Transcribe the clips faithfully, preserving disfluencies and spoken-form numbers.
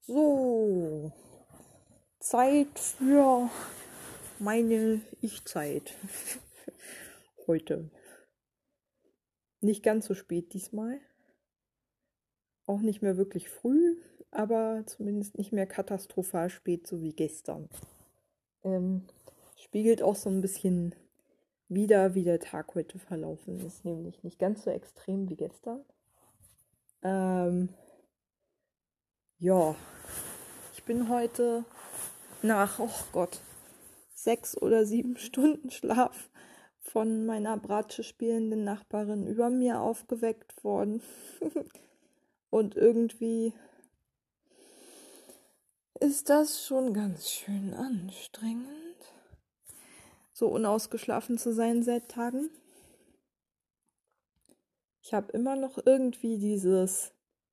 So, Zeit für meine Ich-Zeit. Heute. Nicht ganz so spät diesmal. Auch nicht mehr wirklich früh, aber zumindest nicht mehr katastrophal spät, so wie gestern. Ähm, spiegelt auch so ein bisschen wider, wie der Tag heute verlaufen ist, nämlich nicht ganz so extrem wie gestern. Ähm, ja, ich bin heute nach, oh Gott, sechs oder sieben Stunden Schlaf von meiner Bratsche spielenden Nachbarin über mir aufgeweckt worden. Und irgendwie ist das schon ganz schön anstrengend, so unausgeschlafen zu sein seit Tagen. Ich habe immer noch irgendwie dieses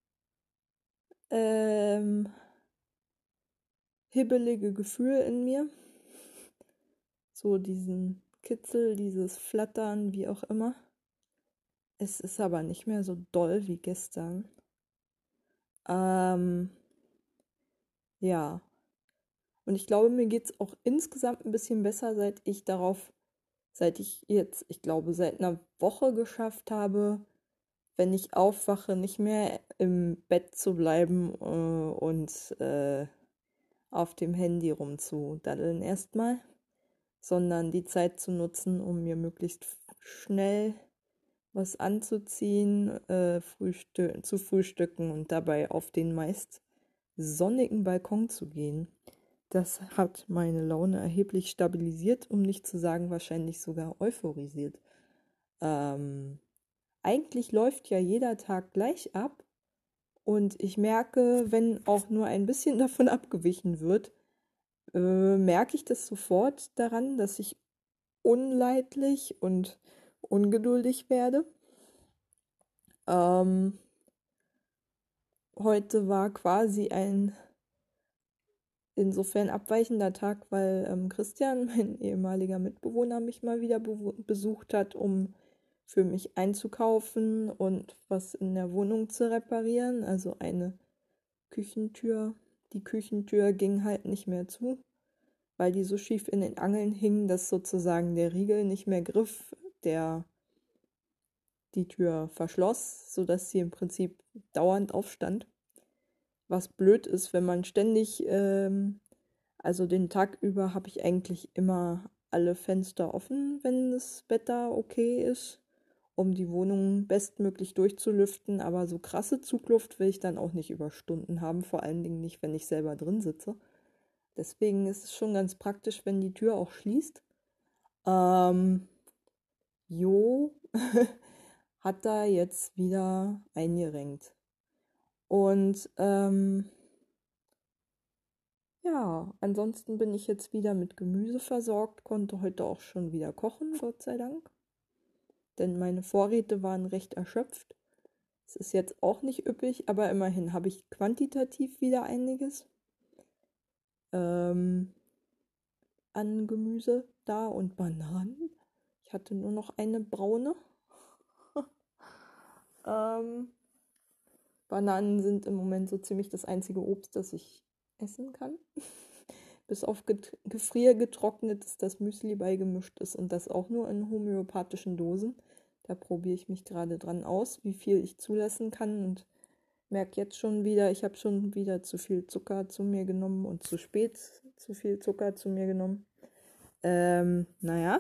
ähm, hibbelige Gefühl in mir. So diesen Kitzel, dieses Flattern, wie auch immer. Es ist aber nicht mehr so doll wie gestern. Ähm, ja. Und ich glaube, mir geht es auch insgesamt ein bisschen besser, seit ich darauf, seit ich jetzt, ich glaube, seit einer Woche geschafft habe, wenn ich aufwache, nicht mehr im Bett zu bleiben äh, und äh, auf dem Handy rumzudaddeln erstmal, sondern die Zeit zu nutzen, um mir möglichst schnell was anzuziehen, äh, frühstü- zu frühstücken und dabei auf den meist sonnigen Balkon zu gehen. Das hat meine Laune erheblich stabilisiert, um nicht zu sagen wahrscheinlich sogar euphorisiert. Ähm, eigentlich läuft ja jeder Tag gleich ab und ich merke, wenn auch nur ein bisschen davon abgewichen wird, äh, merke ich das sofort daran, dass ich unleidlich und ungeduldig werde. Ähm, heute war quasi ein insofern abweichender Tag, weil ähm, Christian, mein ehemaliger Mitbewohner, mich mal wieder bewo- besucht hat, um für mich einzukaufen und was in der Wohnung zu reparieren. Also eine Küchentür. Die Küchentür ging halt nicht mehr zu, weil die so schief in den Angeln hing, dass sozusagen der Riegel nicht mehr griff, der die Tür verschloss, sodass sie im Prinzip dauernd aufstand. Was blöd ist, wenn man ständig, ähm, also den Tag über habe ich eigentlich immer alle Fenster offen, wenn das Wetter okay ist, um die Wohnung bestmöglich durchzulüften. Aber so krasse Zugluft will ich dann auch nicht über Stunden haben, vor allen Dingen nicht, wenn ich selber drin sitze. Deswegen ist es schon ganz praktisch, wenn die Tür auch schließt. Ähm, Jo hat da jetzt wieder eingerenkt. Und ähm, ja, ansonsten bin ich jetzt wieder mit Gemüse versorgt, konnte heute auch schon wieder kochen, Gott sei Dank. Denn meine Vorräte waren recht erschöpft. Es ist jetzt auch nicht üppig, aber immerhin habe ich quantitativ wieder einiges ähm, an Gemüse da und Bananen. Ich hatte nur noch eine braune. ähm, Bananen sind im Moment so ziemlich das einzige Obst, das ich essen kann. Bis auf get- gefriergetrocknetes, das Müsli beigemischt ist und das auch nur in homöopathischen Dosen. Da probiere ich mich gerade dran aus, wie viel ich zulassen kann und merke jetzt schon wieder, ich habe schon wieder zu viel Zucker zu mir genommen und zu spät zu viel Zucker zu mir genommen. Ähm, naja,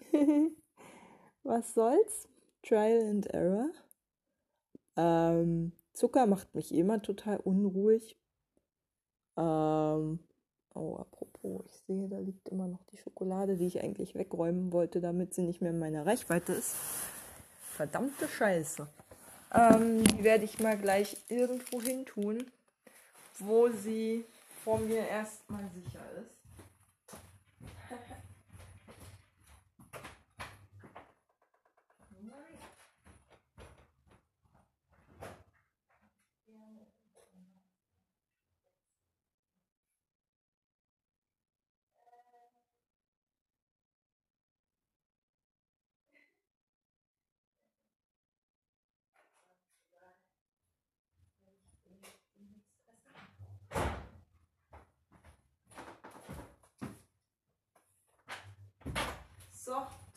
was soll's? Trial and Error. Ähm, Zucker macht mich immer total unruhig. Ähm, oh, apropos, ich sehe, da liegt immer noch die Schokolade, die ich eigentlich wegräumen wollte, damit sie nicht mehr in meiner Reichweite ist. Verdammte Scheiße. Ähm, die werde ich mal gleich irgendwo hin tun, wo sie vor mir erstmal sicher ist.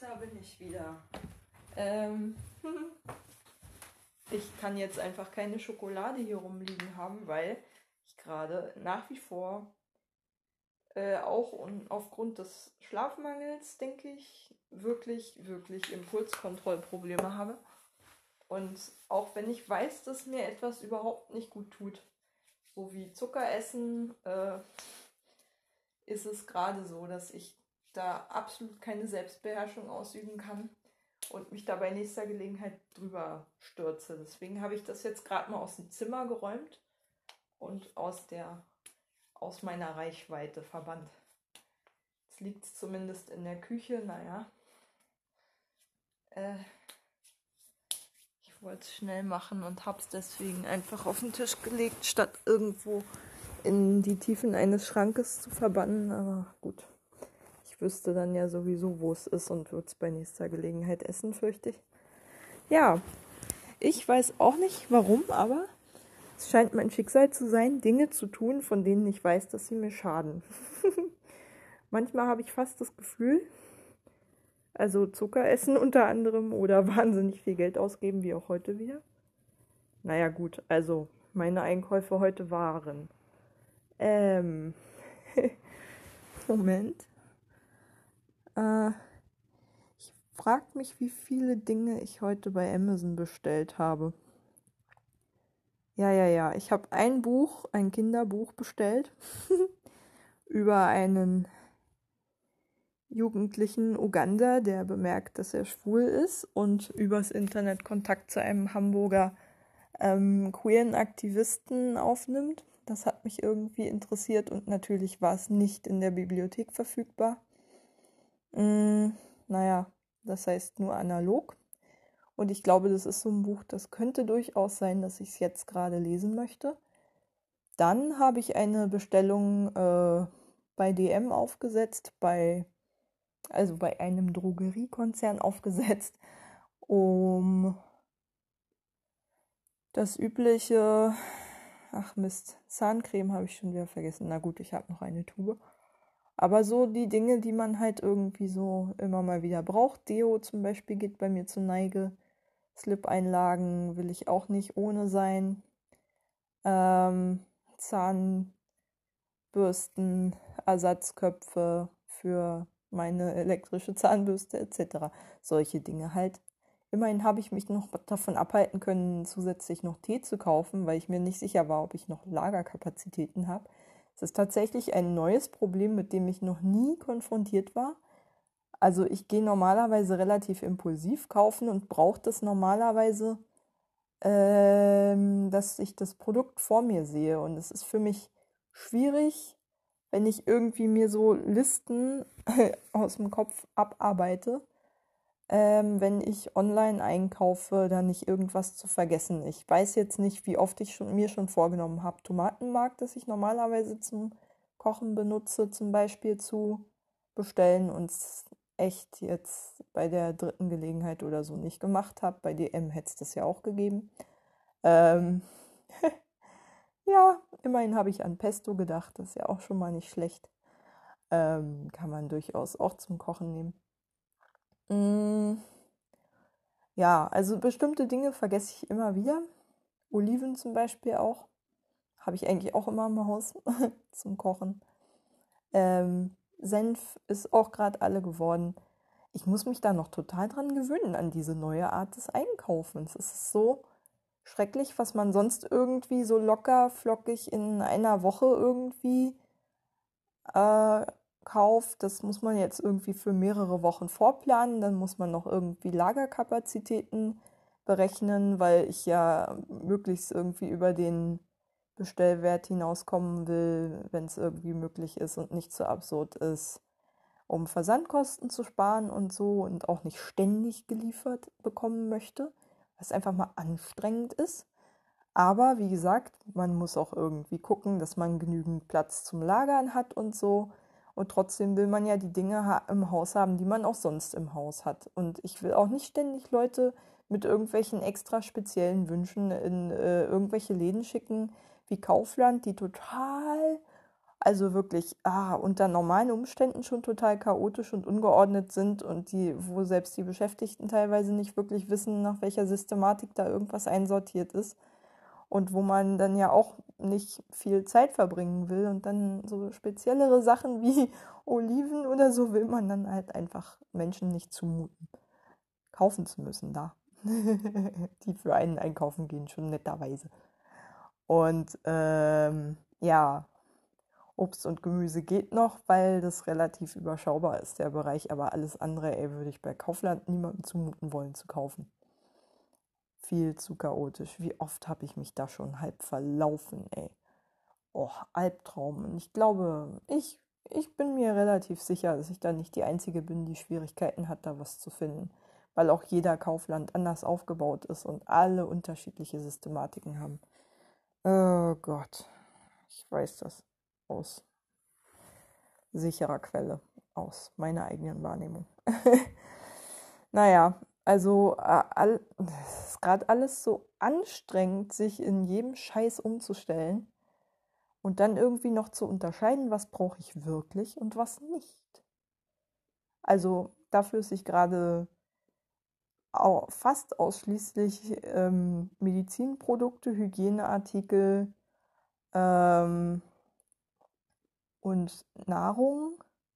Da bin ich wieder. Ähm, ich kann jetzt einfach keine Schokolade hier rumliegen haben, weil ich gerade nach wie vor äh, auch und aufgrund des Schlafmangels, denke ich, wirklich, wirklich Impulskontrollprobleme habe. Und auch wenn ich weiß, dass mir etwas überhaupt nicht gut tut, so wie Zucker essen, äh, ist es gerade so, dass ich da absolut keine Selbstbeherrschung ausüben kann und mich da bei nächster Gelegenheit drüber stürze. Deswegen habe ich das jetzt gerade mal aus dem Zimmer geräumt und aus der aus meiner Reichweite verbannt. Jetzt liegt es zumindest in der Küche, naja. Äh, ich wollte es schnell machen und habe es deswegen einfach auf den Tisch gelegt, statt irgendwo in die Tiefen eines Schrankes zu verbannen. Aber gut, ich wüsste dann ja sowieso, wo es ist und würde es bei nächster Gelegenheit essen, fürchte ich. Ja, ich weiß auch nicht warum, aber es scheint mein Schicksal zu sein, Dinge zu tun, von denen ich weiß, dass sie mir schaden. Manchmal habe ich fast das Gefühl, also Zucker essen unter anderem oder wahnsinnig viel Geld ausgeben, wie auch heute wieder. Naja gut, also meine Einkäufe heute waren. Ähm, Moment. Äh, ich frage mich, wie viele Dinge ich heute bei Amazon bestellt habe. Ja, ja, ja. Ich habe ein Buch, ein Kinderbuch bestellt über einen jugendlichen Uganda, der bemerkt, dass er schwul ist und übers Internet Kontakt zu einem Hamburger ähm, queeren Aktivisten aufnimmt. Das hat mich irgendwie interessiert und natürlich war es nicht in der Bibliothek verfügbar. Mm, naja, das heißt nur analog. Und ich glaube, das ist so ein Buch, das könnte durchaus sein, dass ich es jetzt gerade lesen möchte. Dann habe ich eine Bestellung äh, bei D M aufgesetzt, bei, also bei einem Drogeriekonzern aufgesetzt, um das übliche, ach Mist, Zahncreme habe ich schon wieder vergessen. Na gut, ich habe noch eine Tube. Aber so die Dinge, die man halt irgendwie so immer mal wieder braucht. Deo zum Beispiel geht bei mir zur Neige. Slip-Einlagen will ich auch nicht ohne sein. Ähm, Zahnbürsten, Ersatzköpfe für meine elektrische Zahnbürste et cetera. Solche Dinge halt. Immerhin habe ich mich noch davon abhalten können, zusätzlich noch Tee zu kaufen, weil ich mir nicht sicher war, ob ich noch Lagerkapazitäten habe. Es ist tatsächlich ein neues Problem, mit dem ich noch nie konfrontiert war. Also ich gehe normalerweise relativ impulsiv kaufen und brauche das normalerweise, ähm, dass ich das Produkt vor mir sehe. Und es ist für mich schwierig, wenn ich irgendwie mir so Listen aus dem Kopf abarbeite, ähm, wenn ich online einkaufe, da nicht irgendwas zu vergessen. Ich weiß jetzt nicht, wie oft ich schon, mir schon vorgenommen habe, Tomatenmark, das ich normalerweise zum Kochen benutze, zum Beispiel zu bestellen und es echt jetzt bei der dritten Gelegenheit oder so nicht gemacht habe. Bei D M hätte es das ja auch gegeben. Ähm, ja, immerhin habe ich an Pesto gedacht, das ist ja auch schon mal nicht schlecht. Ähm, kann man durchaus auch zum Kochen nehmen. Mm, ja, also bestimmte Dinge vergesse ich immer wieder. Oliven zum Beispiel auch. Habe ich eigentlich auch immer im Haus zum Kochen. Ähm, Senf ist auch gerade alle geworden. Ich muss mich da noch total dran gewöhnen, an diese neue Art des Einkaufens. Es ist so schrecklich, was man sonst irgendwie so locker, flockig in einer Woche irgendwie äh, kauft. Das muss man jetzt irgendwie für mehrere Wochen vorplanen. Dann muss man noch irgendwie Lagerkapazitäten berechnen, weil ich ja möglichst irgendwie über den Bestellwert hinauskommen will, wenn es irgendwie möglich ist und nicht so absurd ist, um Versandkosten zu sparen und so und auch nicht ständig geliefert bekommen möchte, was einfach mal anstrengend ist. Aber wie gesagt, man muss auch irgendwie gucken, dass man genügend Platz zum Lagern hat und so. Und trotzdem will man ja die Dinge ha- im Haus haben, die man auch sonst im Haus hat. Und ich will auch nicht ständig Leute mit irgendwelchen extra speziellen Wünschen in äh, irgendwelche Läden schicken, wie Kaufland, die total also wirklich ah, unter normalen Umständen schon total chaotisch und ungeordnet sind und die, wo selbst die Beschäftigten teilweise nicht wirklich wissen, nach welcher Systematik da irgendwas einsortiert ist und wo man dann ja auch nicht viel Zeit verbringen will und dann so speziellere Sachen wie Oliven oder so will man dann halt einfach Menschen nicht zumuten, kaufen zu müssen da, die für einen einkaufen gehen, schon netterweise. Und ähm, ja, Obst und Gemüse geht noch, weil das relativ überschaubar ist, der Bereich. Aber alles andere, ey, würde ich bei Kaufland niemandem zumuten wollen zu kaufen. Viel zu chaotisch. Wie oft habe ich mich da schon halb verlaufen, ey. Oh, Albtraum. Und ich glaube, ich, ich bin mir relativ sicher, dass ich da nicht die Einzige bin, die Schwierigkeiten hat, da was zu finden. Weil auch jeder Kaufland anders aufgebaut ist und alle unterschiedliche Systematiken haben. Oh Gott, ich weiß das aus sicherer Quelle, aus meiner eigenen Wahrnehmung. Naja, also äh, all, es ist gerade alles so anstrengend, sich in jedem Scheiß umzustellen und dann irgendwie noch zu unterscheiden, was brauche ich wirklich und was nicht. Also dafür ist sich gerade au- fast ausschließlich ähm, Medizinprodukte, Hygieneartikel ähm, und Nahrung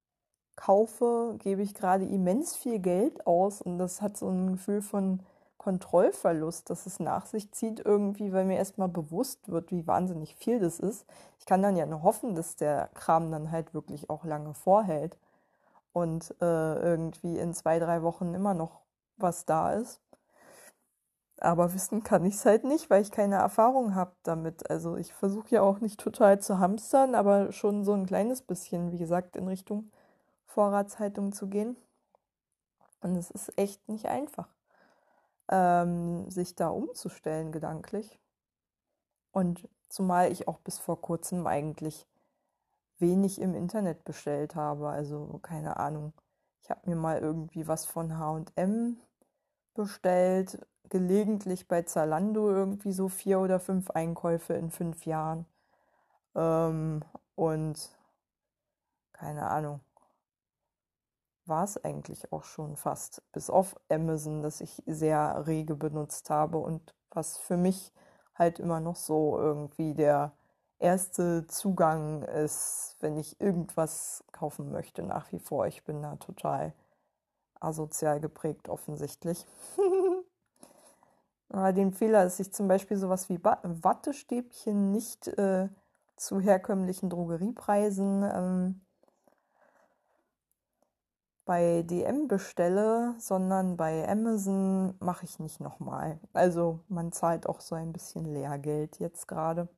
kaufe, gebe ich gerade immens viel Geld aus und das hat so ein Gefühl von Kontrollverlust, dass es nach sich zieht irgendwie, weil mir erstmal bewusst wird, wie wahnsinnig viel das ist. Ich kann dann ja nur hoffen, dass der Kram dann halt wirklich auch lange vorhält und äh, irgendwie in zwei, drei Wochen immer noch was da ist. Aber wissen kann ich es halt nicht, weil ich keine Erfahrung habe damit. Also ich versuche ja auch nicht total zu hamstern, aber schon so ein kleines bisschen, wie gesagt, in Richtung Vorratshaltung zu gehen. Und es ist echt nicht einfach, ähm, sich da umzustellen gedanklich. Und zumal ich auch bis vor kurzem eigentlich wenig im Internet bestellt habe. Also keine Ahnung. Ich habe mir mal irgendwie was von H und M bestellt, gelegentlich bei Zalando irgendwie so vier oder fünf Einkäufe in fünf Jahren. Ähm, und keine Ahnung, war es eigentlich auch schon fast, bis auf Amazon, das ich sehr rege benutzt habe und was für mich halt immer noch so irgendwie der erste Zugang ist, wenn ich irgendwas kaufen möchte, nach wie vor. Ich bin da total asozial geprägt, offensichtlich. Aber den Fehler, dass ich zum Beispiel sowas wie Ba- Wattestäbchen nicht äh, zu herkömmlichen Drogeriepreisen ähm, bei D M bestelle, sondern bei Amazon mache ich nicht nochmal. Also man zahlt auch so ein bisschen Lehrgeld jetzt gerade.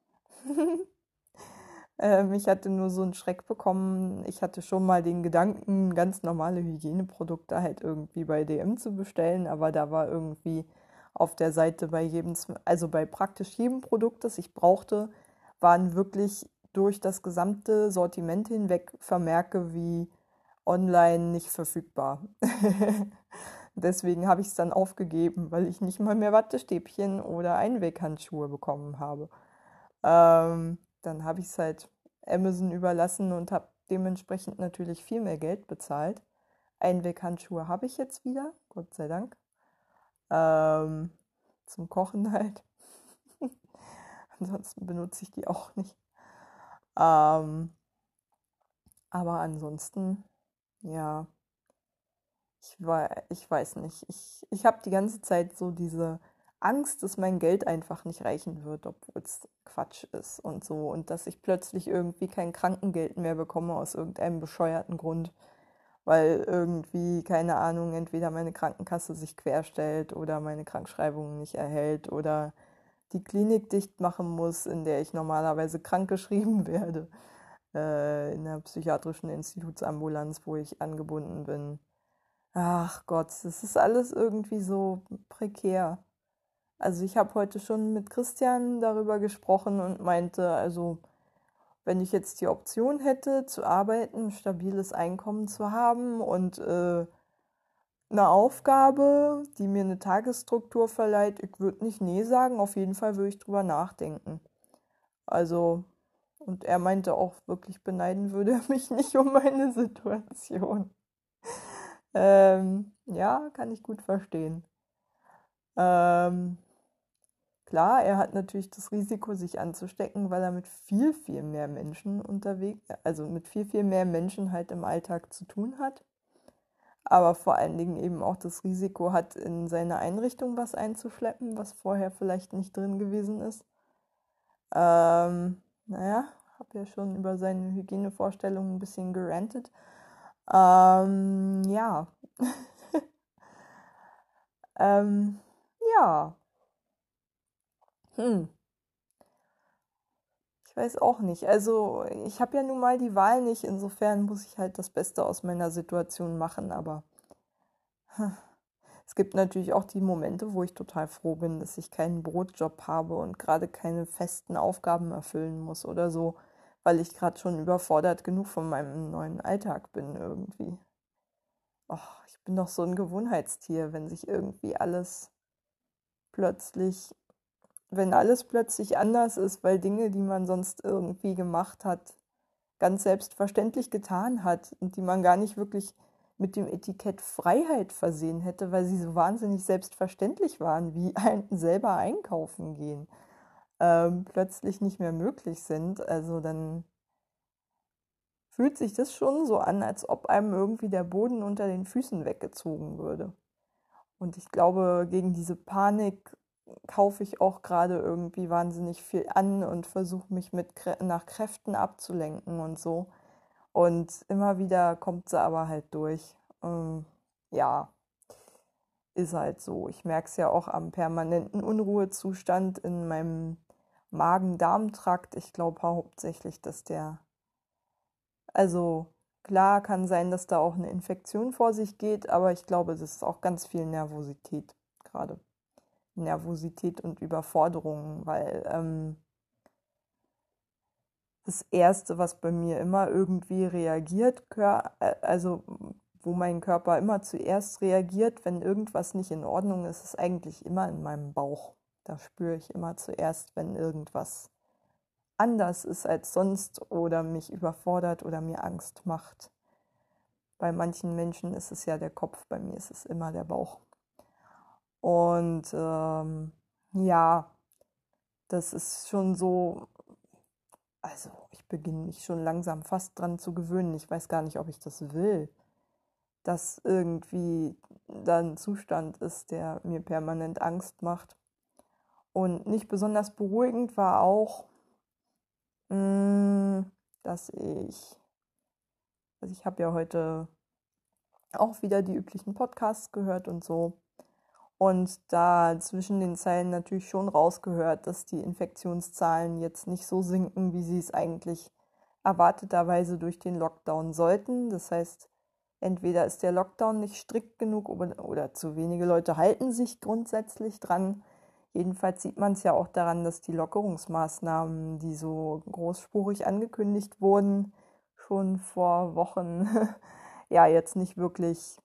ähm, ich hatte nur so einen Schreck bekommen. Ich hatte schon mal den Gedanken, ganz normale Hygieneprodukte halt irgendwie bei D M zu bestellen, aber da war irgendwie auf der Seite bei jedem, also bei praktisch jedem Produkt, das ich brauchte, waren wirklich durch das gesamte Sortiment hinweg Vermerke wie online nicht verfügbar. Deswegen habe ich es dann aufgegeben, weil ich nicht mal mehr Wattestäbchen oder Einweghandschuhe bekommen habe. Ähm, dann habe ich es halt Amazon überlassen und habe dementsprechend natürlich viel mehr Geld bezahlt. Einweghandschuhe habe ich jetzt wieder, Gott sei Dank. Ähm, zum Kochen halt. Ansonsten benutze ich die auch nicht. Ähm, aber ansonsten, ja, Ich, wei- ich weiß nicht. Ich, ich habe die ganze Zeit so diese Angst, dass mein Geld einfach nicht reichen wird, obwohl es Quatsch ist und so. Und dass ich plötzlich irgendwie kein Krankengeld mehr bekomme aus irgendeinem bescheuerten Grund, weil irgendwie, keine Ahnung, entweder meine Krankenkasse sich querstellt oder meine Krankschreibung nicht erhält oder die Klinik dicht machen muss, in der ich normalerweise krankgeschrieben werde, äh, in der psychiatrischen Institutsambulanz, wo ich angebunden bin. Ach Gott, das ist alles irgendwie so prekär. Also ich habe heute schon mit Christian darüber gesprochen und meinte, also wenn ich jetzt die Option hätte zu arbeiten, ein stabiles Einkommen zu haben und äh, eine Aufgabe, die mir eine Tagesstruktur verleiht, ich würde nicht nee sagen, auf jeden Fall würde ich drüber nachdenken. Also Und er meinte auch, wirklich beneiden würde er mich nicht um meine Situation. Ähm, ja, kann ich gut verstehen. Ähm, klar, er hat natürlich das Risiko, sich anzustecken, weil er mit viel, viel mehr Menschen unterwegs, also mit viel, viel mehr Menschen halt im Alltag zu tun hat. Aber vor allen Dingen eben auch das Risiko hat, in seine Einrichtung was einzuschleppen, was vorher vielleicht nicht drin gewesen ist. Ähm, naja, habe ja schon über seine Hygienevorstellungen ein bisschen gerantet. Ähm, ja. ähm, ja. Hm. Ich weiß auch nicht. Also, ich habe ja nun mal die Wahl nicht. Insofern muss ich halt das Beste aus meiner Situation machen. Aber hm, es gibt natürlich auch die Momente, wo ich total froh bin, dass ich keinen Brotjob habe und gerade keine festen Aufgaben erfüllen muss oder so, weil ich gerade schon überfordert genug von meinem neuen Alltag bin irgendwie. Och, ich bin doch so ein Gewohnheitstier, wenn sich irgendwie alles plötzlich, wenn alles plötzlich anders ist, weil Dinge, die man sonst irgendwie gemacht hat, ganz selbstverständlich getan hat und die man gar nicht wirklich mit dem Etikett Freiheit versehen hätte, weil sie so wahnsinnig selbstverständlich waren, wie ein selber einkaufen gehen, ähm, plötzlich nicht mehr möglich sind. Also dann fühlt sich das schon so an, als ob einem irgendwie der Boden unter den Füßen weggezogen würde. Und ich glaube, gegen diese Panik kaufe ich auch gerade irgendwie wahnsinnig viel an und versuche mich mit Krä- nach Kräften abzulenken und so. Und immer wieder kommt sie aber halt durch. Ähm, ja, ist halt so. Ich merke es ja auch am permanenten Unruhezustand in meinem Magen-Darm-Trakt. Ich glaube hauptsächlich, dass der, also klar kann sein, dass da auch eine Infektion vor sich geht, aber ich glaube, das ist auch ganz viel Nervosität gerade. Nervosität und Überforderung, weil ähm, das Erste, was bei mir immer irgendwie reagiert, also wo mein Körper immer zuerst reagiert, wenn irgendwas nicht in Ordnung ist, ist eigentlich immer in meinem Bauch. Da spüre ich immer zuerst, wenn irgendwas anders ist als sonst oder mich überfordert oder mir Angst macht. Bei manchen Menschen ist es ja der Kopf, bei mir ist es immer der Bauch. Und ähm, ja, das ist schon so, also ich beginne mich schon langsam fast dran zu gewöhnen. Ich weiß gar nicht, ob ich das will, dass irgendwie da ein Zustand ist, der mir permanent Angst macht. Und nicht besonders beruhigend war auch, mh, dass ich, also ich habe ja heute auch wieder die üblichen Podcasts gehört und so. Und da zwischen den Zeilen natürlich schon rausgehört, dass die Infektionszahlen jetzt nicht so sinken, wie sie es eigentlich erwarteterweise durch den Lockdown sollten. Das heißt, entweder ist der Lockdown nicht strikt genug oder, oder zu wenige Leute halten sich grundsätzlich dran. Jedenfalls sieht man es ja auch daran, dass die Lockerungsmaßnahmen, die so großspurig angekündigt wurden, schon vor Wochen ja jetzt nicht wirklich,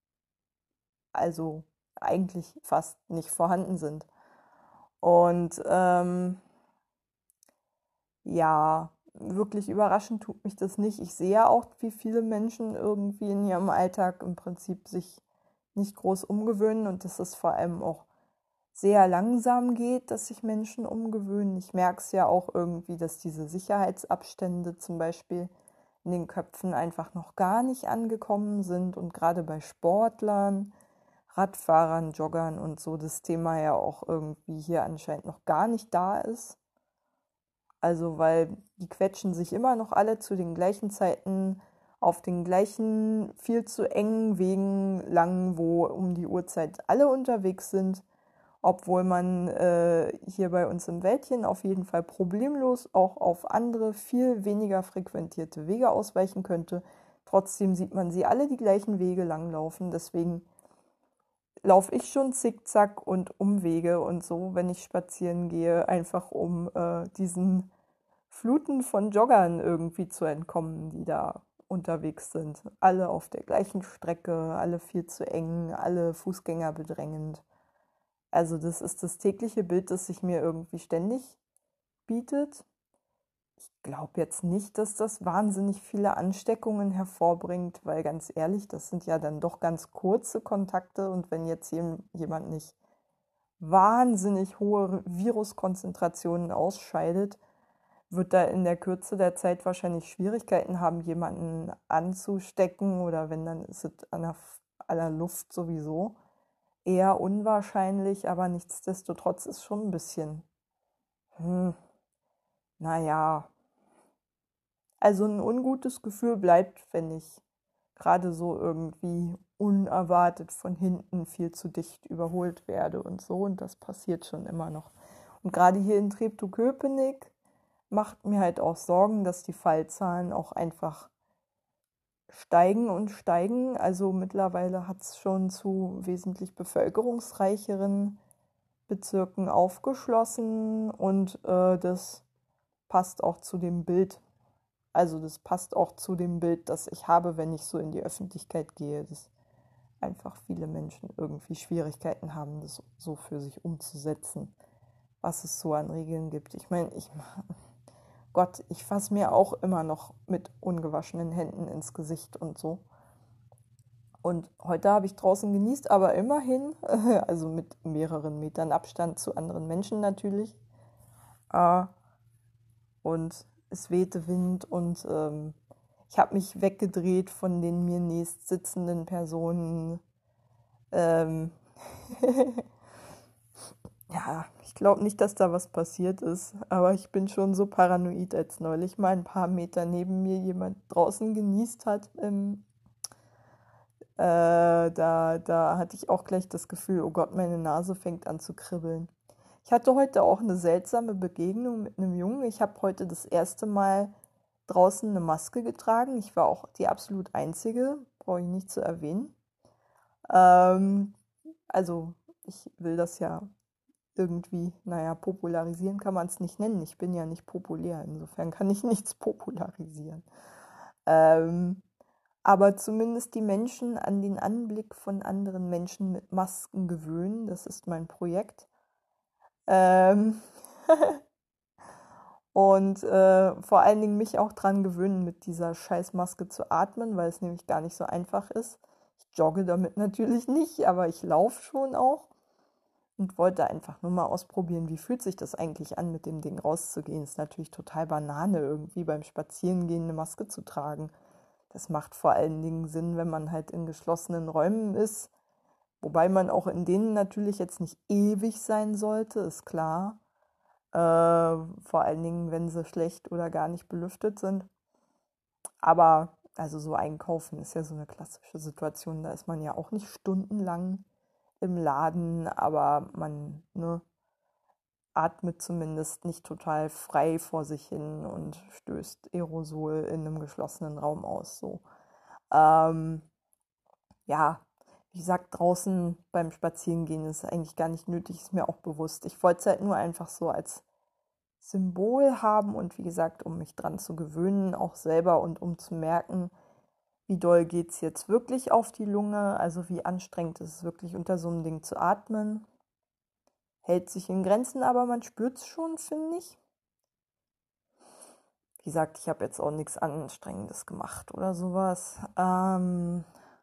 also eigentlich fast nicht vorhanden sind. Und ähm, ja, wirklich überraschend tut mich das nicht. Ich sehe auch, wie viele Menschen irgendwie in ihrem Alltag im Prinzip sich nicht groß umgewöhnen und dass es vor allem auch sehr langsam geht, dass sich Menschen umgewöhnen. Ich merke es ja auch irgendwie, dass diese Sicherheitsabstände zum Beispiel in den Köpfen einfach noch gar nicht angekommen sind und gerade bei Sportlern, Radfahrern, Joggern und so das Thema ja auch irgendwie hier anscheinend noch gar nicht da ist. Also weil die quetschen sich immer noch alle zu den gleichen Zeiten auf den gleichen viel zu engen Wegen lang, wo um die Uhrzeit alle unterwegs sind, obwohl man äh, hier bei uns im Wäldchen auf jeden Fall problemlos auch auf andere, viel weniger frequentierte Wege ausweichen könnte. Trotzdem sieht man sie alle die gleichen Wege langlaufen. Deswegen laufe ich schon zickzack und Umwege und so, wenn ich spazieren gehe, einfach um äh, diesen Fluten von Joggern irgendwie zu entkommen, die da unterwegs sind. Alle auf der gleichen Strecke, alle viel zu eng, alle Fußgänger bedrängend. Also das ist das tägliche Bild, das sich mir irgendwie ständig bietet. Ich glaube jetzt nicht, dass das wahnsinnig viele Ansteckungen hervorbringt, weil ganz ehrlich, das sind ja dann doch ganz kurze Kontakte und wenn jetzt jem- jemand nicht wahnsinnig hohe Viruskonzentrationen ausscheidet, wird da in der Kürze der Zeit wahrscheinlich Schwierigkeiten haben, jemanden anzustecken oder wenn, dann ist es an der, an der Luft sowieso eher unwahrscheinlich, aber nichtsdestotrotz ist schon ein bisschen, hm, naja, also ein ungutes Gefühl bleibt, wenn ich gerade so irgendwie unerwartet von hinten viel zu dicht überholt werde und so. Und das passiert schon immer noch. Und gerade hier in Treptow-Köpenick macht mir halt auch Sorgen, dass die Fallzahlen auch einfach steigen und steigen. Also mittlerweile hat es schon zu wesentlich bevölkerungsreicheren Bezirken aufgeschlossen und äh, das passt auch zu dem Bild. Also das passt auch zu dem Bild, das ich habe, wenn ich so in die Öffentlichkeit gehe, dass einfach viele Menschen irgendwie Schwierigkeiten haben, das so für sich umzusetzen, was es so an Regeln gibt. Ich meine, ich, Gott, ich fasse mir auch immer noch mit ungewaschenen Händen ins Gesicht und so. Und heute habe ich draußen genießt, aber immerhin, also mit mehreren Metern Abstand zu anderen Menschen natürlich. Äh, und es wehte Wind und ähm, ich habe mich weggedreht von den mir nächst sitzenden Personen. Ähm, ja, ich glaube nicht, dass da was passiert ist, aber ich bin schon so paranoid, als neulich mal ein paar Meter neben mir jemand draußen genießt hat. Ähm, äh, da, da hatte ich auch gleich das Gefühl, oh Gott, meine Nase fängt an zu kribbeln. Ich hatte heute auch eine seltsame Begegnung mit einem Jungen. Ich habe heute das erste Mal draußen eine Maske getragen. Ich war auch die absolut Einzige, brauche ich nicht zu erwähnen. Ähm, also ich will das ja irgendwie, naja, popularisieren kann man es nicht nennen. Ich bin ja nicht populär, insofern kann ich nichts popularisieren. Ähm, aber zumindest die Menschen an den Anblick von anderen Menschen mit Masken gewöhnen, das ist mein Projekt. Ähm, und äh, vor allen Dingen mich auch dran gewöhnen, mit dieser Scheißmaske zu atmen, weil es nämlich gar nicht so einfach ist. Ich jogge damit natürlich nicht, aber ich laufe schon auch und wollte einfach nur mal ausprobieren, wie fühlt sich das eigentlich an, mit dem Ding rauszugehen. Ist natürlich total Banane, irgendwie beim Spazierengehen eine Maske zu tragen. Das macht vor allen Dingen Sinn, wenn man halt in geschlossenen Räumen ist, wobei man auch in denen natürlich jetzt nicht ewig sein sollte, ist klar. Äh, vor allen Dingen, wenn sie schlecht oder gar nicht belüftet sind. Aber also so einkaufen ist ja so eine klassische Situation, da ist man ja auch nicht stundenlang im Laden, aber man, ne, atmet zumindest nicht total frei vor sich hin und stößt Aerosol in einem geschlossenen Raum aus. So. Ähm, ja, wie gesagt, draußen beim Spazierengehen ist eigentlich gar nicht nötig, ist mir auch bewusst. Ich wollte es halt nur einfach so als Symbol haben und wie gesagt, um mich dran zu gewöhnen, auch selber und um zu merken, wie doll geht es jetzt wirklich auf die Lunge, also wie anstrengend ist es wirklich unter so einem Ding zu atmen. Hält sich in Grenzen, aber man spürt es schon, finde ich. Wie gesagt, ich habe jetzt auch nichts Anstrengendes gemacht oder sowas. Ähm,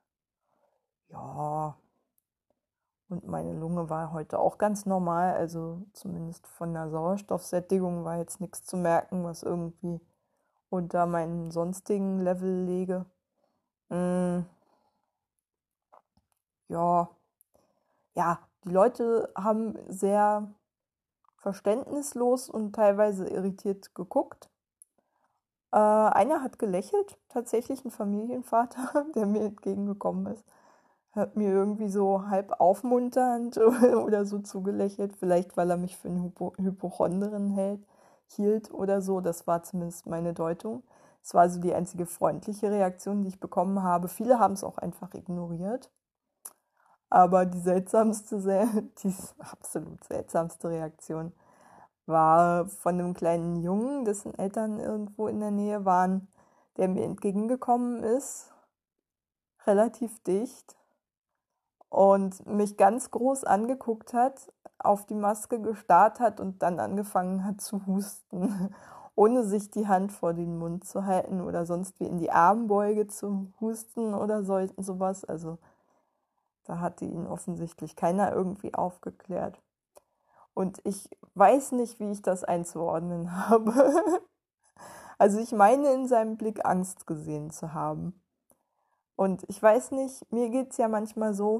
ja, und meine Lunge war heute auch ganz normal, also zumindest von der Sauerstoffsättigung war jetzt nichts zu merken, was irgendwie unter meinen sonstigen Level lege. Mm, ja, ja, die Leute haben sehr verständnislos und teilweise irritiert geguckt. Äh, einer hat gelächelt, tatsächlich ein Familienvater, der mir entgegengekommen ist. Hat mir irgendwie so halb aufmunternd oder so zugelächelt, vielleicht weil er mich für einen Hypo Hypochonderen hält, hielt oder so. Das war zumindest meine Deutung. Es war also die einzige freundliche Reaktion, die ich bekommen habe. Viele haben es auch einfach ignoriert. Aber die seltsamste, die absolut seltsamste Reaktion war von einem kleinen Jungen, dessen Eltern irgendwo in der Nähe waren, der mir entgegengekommen ist, relativ dicht und mich ganz groß angeguckt hat, auf die Maske gestarrt hat und dann angefangen hat zu husten. ohne sich die Hand vor den Mund zu halten oder sonst wie in die Armbeuge zu husten oder so, sowas. Also da hatte ihn offensichtlich keiner irgendwie aufgeklärt. Und ich weiß nicht, wie ich das einzuordnen habe. Also ich meine in seinem Blick Angst gesehen zu haben. Und ich weiß nicht, mir geht es ja manchmal so,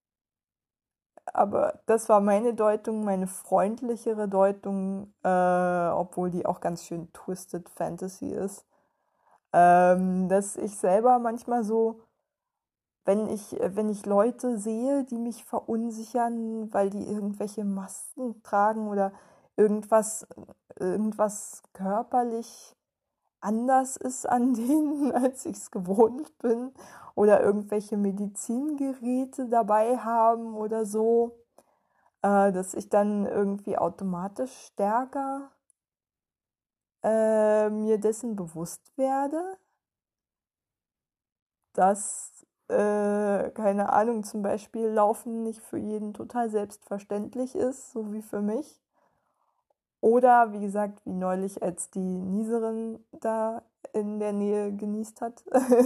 aber das war meine Deutung, meine freundlichere Deutung, äh, obwohl die auch ganz schön Twisted Fantasy ist, ähm, dass ich selber manchmal so, wenn ich, wenn ich Leute sehe, die mich verunsichern, weil die irgendwelche Masken tragen oder irgendwas, irgendwas körperlich anders ist an denen, als ich es gewohnt bin, oder irgendwelche Medizingeräte dabei haben oder so, äh, dass ich dann irgendwie automatisch stärker äh, mir dessen bewusst werde, dass, äh, keine Ahnung, zum Beispiel Laufen nicht für jeden total selbstverständlich ist, so wie für mich. Oder wie gesagt, wie neulich, als die Nieserin da in der Nähe genießt hat,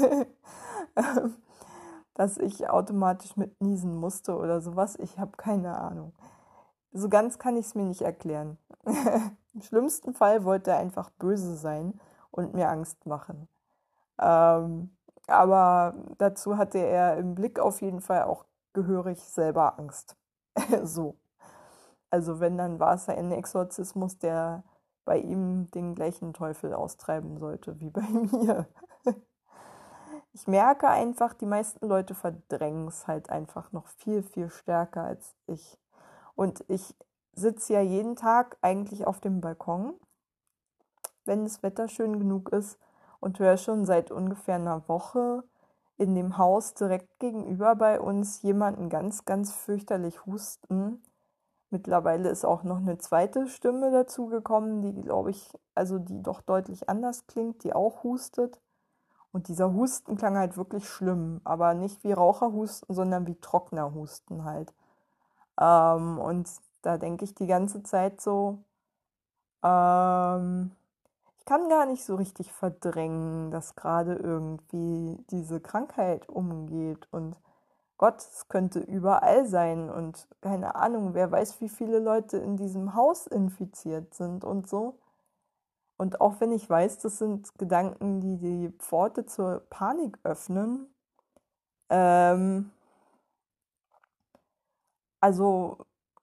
dass ich automatisch mit niesen musste oder sowas. Ich habe keine Ahnung. So ganz kann ich es mir nicht erklären. Im schlimmsten Fall wollte er einfach böse sein und mir Angst machen. Ähm, aber dazu hatte er im Blick auf jeden Fall auch gehörig selber Angst. So. Also wenn, dann war es ein Exorzismus, der bei ihm den gleichen Teufel austreiben sollte wie bei mir. Ich merke einfach, die meisten Leute verdrängen es halt einfach noch viel, viel stärker als ich. Und ich sitze ja jeden Tag eigentlich auf dem Balkon, wenn das Wetter schön genug ist, und höre schon seit ungefähr einer Woche in dem Haus direkt gegenüber bei uns jemanden ganz, ganz fürchterlich husten. Mittlerweile ist auch noch eine zweite Stimme dazu gekommen, die, glaube ich, also die doch deutlich anders klingt, die auch hustet. Und dieser Husten klang halt wirklich schlimm, aber nicht wie Raucherhusten, sondern wie trockener Husten halt. Ähm, und da denke ich die ganze Zeit so, ähm, ich kann gar nicht so richtig verdrängen, dass gerade irgendwie diese Krankheit umgeht. Und Gott, es könnte überall sein und keine Ahnung, wer weiß, wie viele Leute in diesem Haus infiziert sind und so. Und auch wenn ich weiß, das sind Gedanken, die die Pforte zur Panik öffnen, ähm, also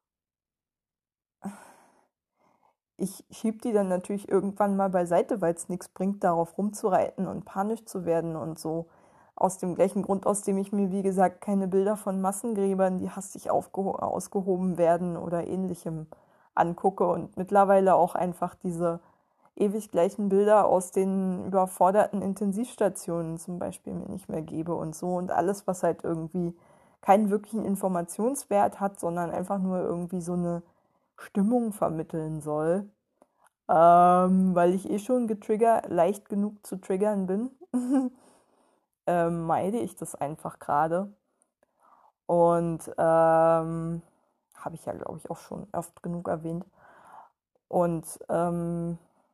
ich schieb die dann natürlich irgendwann mal beiseite, weil es nichts bringt, darauf rumzureiten und panisch zu werden und so. Aus dem gleichen Grund, aus dem ich mir, wie gesagt, keine Bilder von Massengräbern, die hastig ausgehoben werden oder ähnlichem angucke und mittlerweile auch einfach diese ewig gleichen Bilder aus den überforderten Intensivstationen zum Beispiel mir nicht mehr gebe und so. Und alles, was halt irgendwie keinen wirklichen Informationswert hat, sondern einfach nur irgendwie so eine Stimmung vermitteln soll, ähm, weil ich eh schon getriggert, leicht genug zu triggern bin, ähm, meide ich das einfach gerade. Und ähm, habe ich ja, glaube ich, auch schon oft genug erwähnt. Und ähm,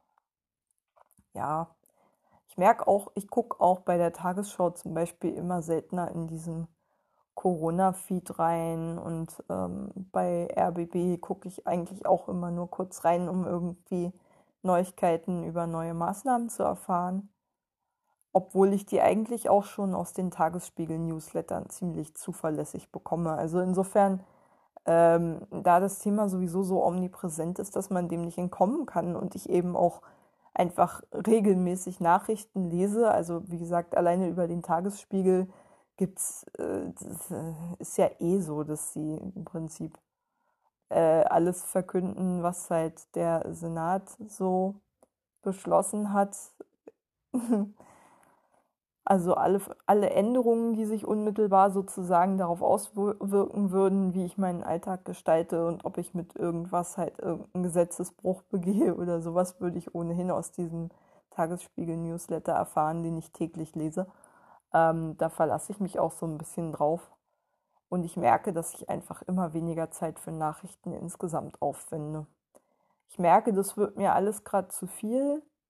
ja, ich merke auch, ich gucke auch bei der Tagesschau zum Beispiel immer seltener in diesen Corona-Feed rein und ähm, bei R B B gucke ich eigentlich auch immer nur kurz rein, um irgendwie Neuigkeiten über neue Maßnahmen zu erfahren, obwohl ich die eigentlich auch schon aus den Tagesspiegel-Newslettern ziemlich zuverlässig bekomme. Also insofern, ähm, da das Thema sowieso so omnipräsent ist, dass man dem nicht entkommen kann und ich eben auch einfach regelmäßig Nachrichten lese, also wie gesagt, alleine über den Tagesspiegel gibt's, äh, das äh, ist ja eh so, dass sie im Prinzip äh, alles verkünden, was halt der Senat so beschlossen hat. Also alle, alle Änderungen, die sich unmittelbar sozusagen darauf auswirken würden, wie ich meinen Alltag gestalte und ob ich mit irgendwas halt irgendeinen Gesetzesbruch begehe oder sowas, würde ich ohnehin aus diesem Tagesspiegel-Newsletter erfahren, den ich täglich lese. Ähm, da verlasse ich mich auch so ein bisschen drauf. Und ich merke, dass ich einfach immer weniger Zeit für Nachrichten insgesamt aufwende. Ich merke, das wird mir alles gerade zu viel.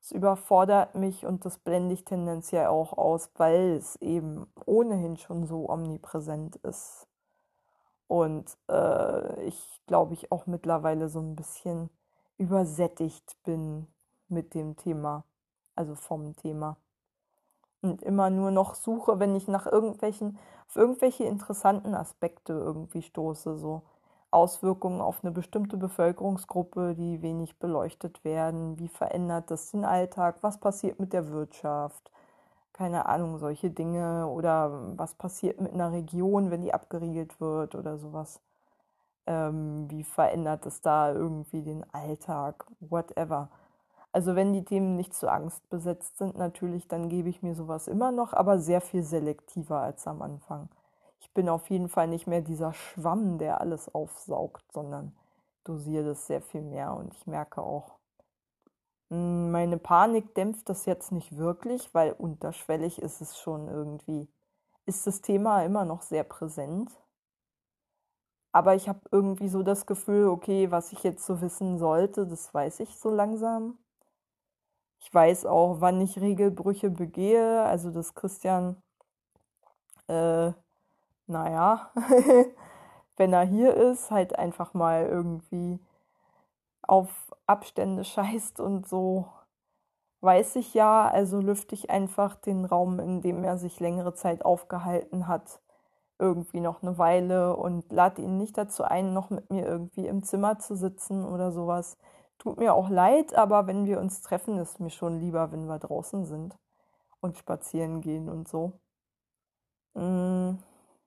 Es überfordert mich und das blende ich tendenziell auch aus, weil es eben ohnehin schon so omnipräsent ist. Und äh, ich glaube, ich auch mittlerweile so ein bisschen übersättigt bin mit dem Thema, also vom Thema. Und immer nur noch suche, wenn ich nach irgendwelchen, auf irgendwelche interessanten Aspekte irgendwie stoße, so Auswirkungen auf eine bestimmte Bevölkerungsgruppe, die wenig beleuchtet werden, wie verändert das den Alltag, was passiert mit der Wirtschaft, keine Ahnung, solche Dinge oder was passiert mit einer Region, wenn die abgeriegelt wird oder sowas. Ähm, wie verändert es da irgendwie den Alltag, whatever. Also wenn die Themen nicht zu angstbesetzt sind, natürlich, dann gebe ich mir sowas immer noch, aber sehr viel selektiver als am Anfang. Ich bin auf jeden Fall nicht mehr dieser Schwamm, der alles aufsaugt, sondern dosiere das sehr viel mehr und ich merke auch, mh, meine Panik dämpft das jetzt nicht wirklich, weil unterschwellig ist es schon irgendwie, ist das Thema immer noch sehr präsent. Aber ich habe irgendwie so das Gefühl, okay, was ich jetzt so wissen sollte, das weiß ich so langsam. Ich weiß auch, wann ich Regelbrüche begehe, also dass Christian, äh, naja, wenn er hier ist, halt einfach mal irgendwie auf Abstände scheißt und so, weiß ich ja, also lüfte ich einfach den Raum, in dem er sich längere Zeit aufgehalten hat, irgendwie noch eine Weile und lade ihn nicht dazu ein, noch mit mir irgendwie im Zimmer zu sitzen oder sowas. Tut mir auch leid, aber wenn wir uns treffen, ist mir schon lieber, wenn wir draußen sind und spazieren gehen und so. Mm,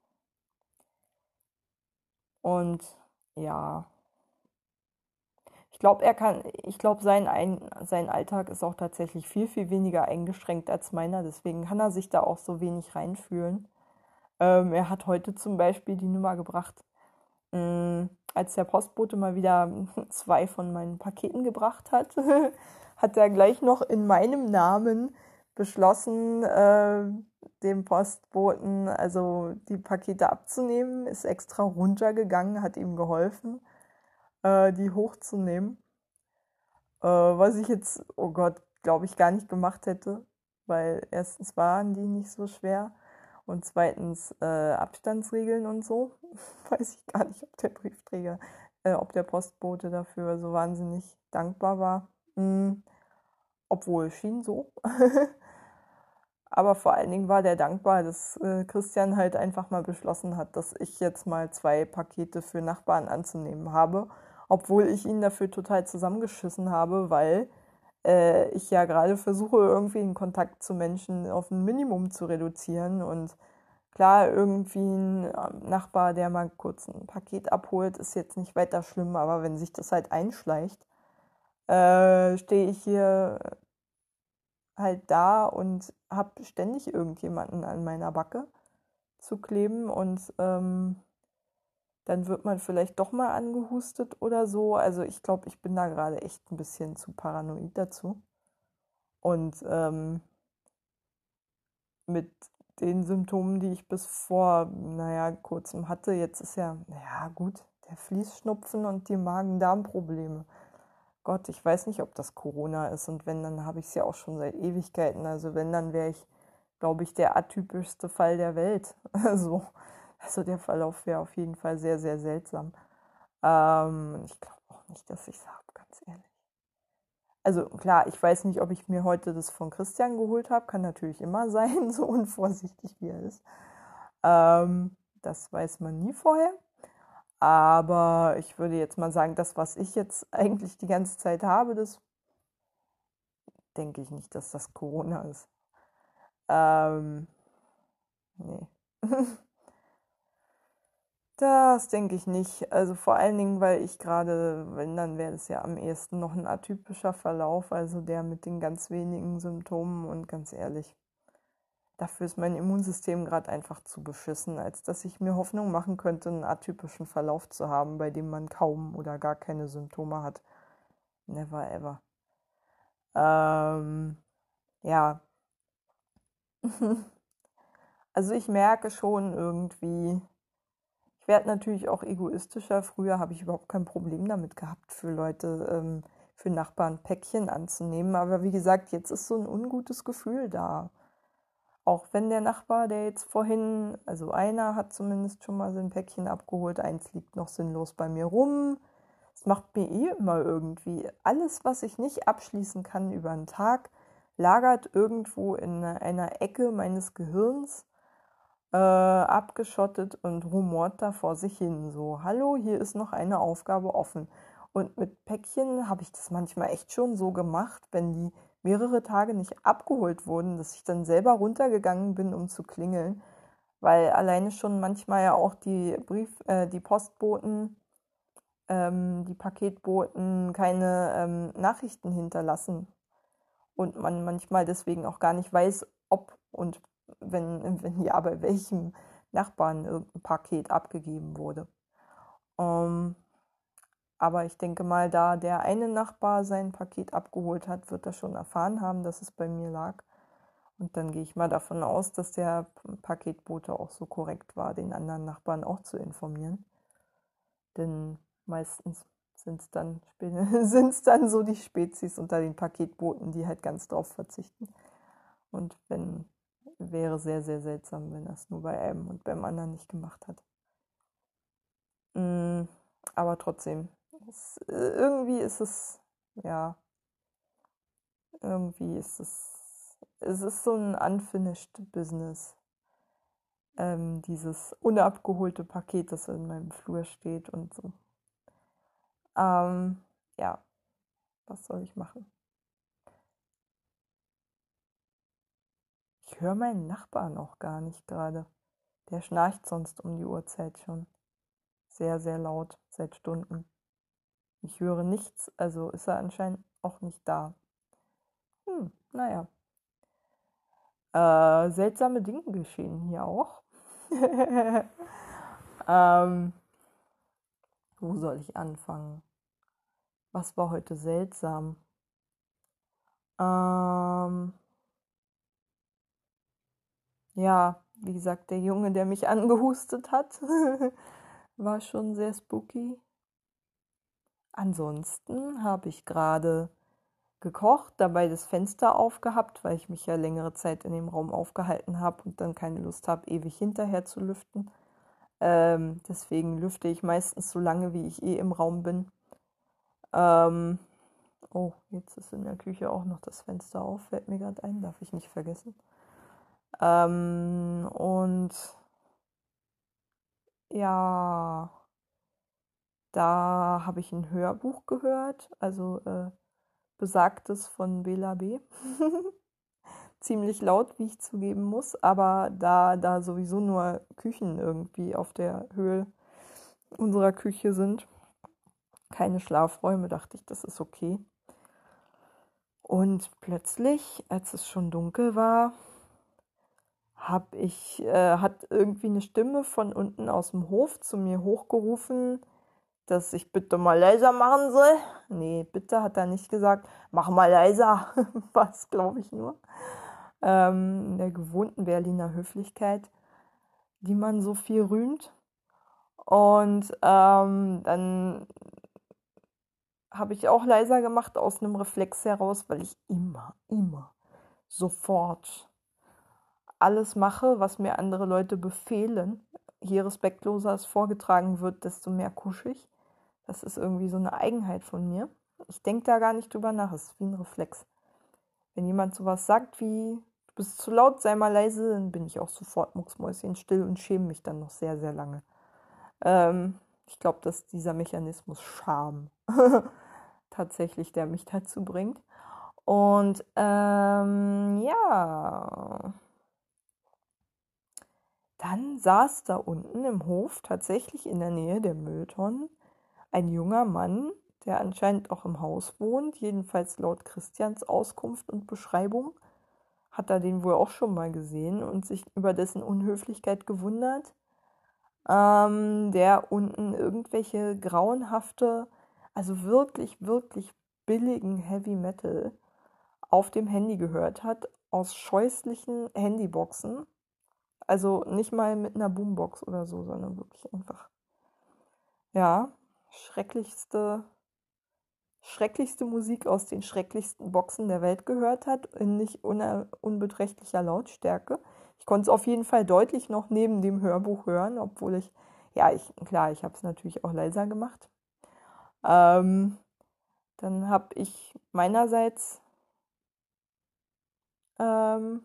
Und ja, ich glaube, er kann, ich glaube, sein, ein, sein Alltag ist auch tatsächlich viel, viel weniger eingeschränkt als meiner. Deswegen kann er sich da auch so wenig reinfühlen. Ähm, er hat heute zum Beispiel die Nummer gebracht, mh, als der Postbote mal wieder zwei von meinen Paketen gebracht hat, hat er gleich noch in meinem Namen beschlossen, äh, dem Postboten also die Pakete abzunehmen, ist extra runtergegangen, hat ihm geholfen, äh, die hochzunehmen. Äh, was ich jetzt, oh Gott, glaube ich, gar nicht gemacht hätte, weil erstens waren die nicht so schwer und zweitens äh, Abstandsregeln und so. Weiß ich gar nicht, ob der Briefträger, äh, ob der Postbote dafür so wahnsinnig dankbar war. Mm, obwohl, schien so. Aber vor allen Dingen war der dankbar, dass äh, Christian halt einfach mal beschlossen hat, dass ich jetzt mal zwei Pakete für Nachbarn anzunehmen habe, obwohl ich ihn dafür total zusammengeschissen habe, weil äh, ich ja gerade versuche, irgendwie den Kontakt zu Menschen auf ein Minimum zu reduzieren. Und klar, irgendwie ein ähm, Nachbar, der mal kurz ein Paket abholt, ist jetzt nicht weiter schlimm, aber wenn sich das halt einschleicht, äh, stehe ich hier halt da und habe ständig irgendjemanden an meiner Backe zu kleben und ähm, dann wird man vielleicht doch mal angehustet oder so. Also ich glaube, ich bin da gerade echt ein bisschen zu paranoid dazu. Und ähm, mit den Symptomen, die ich bis vor, naja, kurzem hatte, jetzt ist ja, naja, gut, der Fließschnupfen und die Magen-Darm-Probleme. Gott, ich weiß nicht, ob das Corona ist und wenn, dann habe ich es ja auch schon seit Ewigkeiten. Also wenn, dann wäre ich, glaube ich, der atypischste Fall der Welt. Also, also der Verlauf wäre auf jeden Fall sehr, sehr seltsam. Ähm, ich glaube auch nicht, dass ich es habe, ganz ehrlich. Also klar, ich weiß nicht, ob ich mir heute das von Christian geholt habe. Kann natürlich immer sein, so unvorsichtig wie er ist. Ähm, das weiß man nie vorher. Aber ich würde jetzt mal sagen, das, was ich jetzt eigentlich die ganze Zeit habe, das denke ich nicht, dass das Corona ist. Ähm, nee. Das denke ich nicht. Also vor allen Dingen, weil ich gerade, wenn, dann wäre das ja am ehesten noch ein atypischer Verlauf, also der mit den ganz wenigen Symptomen und ganz ehrlich, dafür ist mein Immunsystem gerade einfach zu beschissen, als dass ich mir Hoffnung machen könnte, einen atypischen Verlauf zu haben, bei dem man kaum oder gar keine Symptome hat. Never ever. Ähm, ja. Also ich merke schon irgendwie, ich werde natürlich auch egoistischer. Früher habe ich überhaupt kein Problem damit gehabt, für Leute ähm, für Nachbarn Päckchen anzunehmen. Aber wie gesagt, jetzt ist so ein ungutes Gefühl da. Auch wenn der Nachbar, der jetzt vorhin, also einer hat zumindest schon mal sein Päckchen abgeholt, eins liegt noch sinnlos bei mir rum. Es macht mir eh immer irgendwie alles, was ich nicht abschließen kann über einen Tag, lagert irgendwo in einer Ecke meines Gehirns, äh, abgeschottet und rumort da vor sich hin. So, hallo, hier ist noch eine Aufgabe offen. Und mit Päckchen habe ich das manchmal echt schon so gemacht, wenn die mehrere Tage nicht abgeholt wurden, dass ich dann selber runtergegangen bin, um zu klingeln, weil alleine schon manchmal ja auch die Brief, äh, die Postboten, ähm, die Paketboten keine ähm, Nachrichten hinterlassen und man manchmal deswegen auch gar nicht weiß, ob und wenn, wenn ja, bei welchem Nachbarn irgendein Paket abgegeben wurde. Ähm, aber ich denke mal, da der eine Nachbar sein Paket abgeholt hat, wird er schon erfahren haben, dass es bei mir lag. Und dann gehe ich mal davon aus, dass der Paketbote auch so korrekt war, den anderen Nachbarn auch zu informieren. Denn meistens sind es dann, sind's dann so die Spezies unter den Paketboten, die halt ganz drauf verzichten. Und wenn, wäre sehr, sehr seltsam, wenn er es nur bei einem und beim anderen nicht gemacht hat. Mm, aber trotzdem, es, irgendwie ist es, ja, irgendwie ist es, es ist so ein unfinished Business. Ähm, dieses unabgeholte Paket, das in meinem Flur steht und so. Ähm, ja, was soll ich machen? Ich höre meinen Nachbarn auch gar nicht gerade. Der schnarcht sonst um die Uhrzeit schon. Sehr, sehr laut, seit Stunden. Ich höre nichts, also ist er anscheinend auch nicht da. Hm, naja. Äh, seltsame Dinge geschehen hier auch. ähm, wo soll ich anfangen? Was war heute seltsam? Ähm, ja, wie gesagt, der Junge, der mich angehustet hat, war schon sehr spooky. Ansonsten habe ich gerade gekocht, dabei das Fenster aufgehabt, weil ich mich ja längere Zeit in dem Raum aufgehalten habe und dann keine Lust habe, ewig hinterher zu lüften. Ähm, deswegen lüfte ich meistens so lange, wie ich eh im Raum bin. Ähm, oh, jetzt ist in der Küche auch noch das Fenster auf, fällt mir gerade ein, darf ich nicht vergessen. Ähm, und ja, da habe ich ein Hörbuch gehört, also äh, besagtes von Bela B. Ziemlich laut, wie ich zugeben muss, aber da da sowieso nur Küchen irgendwie auf der Höhe unserer Küche sind, keine Schlafräume, dachte ich, das ist okay. Und plötzlich, als es schon dunkel war, hab ich, äh, hat irgendwie eine Stimme von unten aus dem Hof zu mir hochgerufen, dass ich bitte mal leiser machen soll. Nee, bitte hat er nicht gesagt, mach mal leiser, was glaube ich nur. Ähm, in der gewohnten Berliner Höflichkeit, die man so viel rühmt. Und ähm, dann habe ich auch leiser gemacht aus einem Reflex heraus, weil ich immer, immer sofort alles mache, was mir andere Leute befehlen. Je respektloser es vorgetragen wird, desto mehr kusche ich. Das ist irgendwie so eine Eigenheit von mir. Ich denke da gar nicht drüber nach, es ist wie ein Reflex. Wenn jemand sowas sagt wie, du bist zu laut, sei mal leise, dann bin ich auch sofort mucksmäuschenstill und schäme mich dann noch sehr, sehr lange. Ähm, ich glaube, dass dieser Mechanismus Scham tatsächlich, der mich dazu bringt. Und ähm, ja, dann saß da unten im Hof, tatsächlich in der Nähe der Mülltonnen, ein junger Mann, der anscheinend auch im Haus wohnt, jedenfalls laut Christians Auskunft und Beschreibung, hat er den wohl auch schon mal gesehen und sich über dessen Unhöflichkeit gewundert, ähm, der unten irgendwelche grauenhafte, also wirklich, wirklich billigen Heavy Metal auf dem Handy gehört hat, aus scheußlichen Handyboxen. Also nicht mal mit einer Boombox oder so, sondern wirklich einfach, ja, schrecklichste, schrecklichste Musik aus den schrecklichsten Boxen der Welt gehört hat, in nicht uner- unbeträchtlicher Lautstärke. Ich konnte es auf jeden Fall deutlich noch neben dem Hörbuch hören, obwohl ich, ja, ich, klar, ich habe es natürlich auch leiser gemacht. Ähm, dann habe ich meinerseits ähm,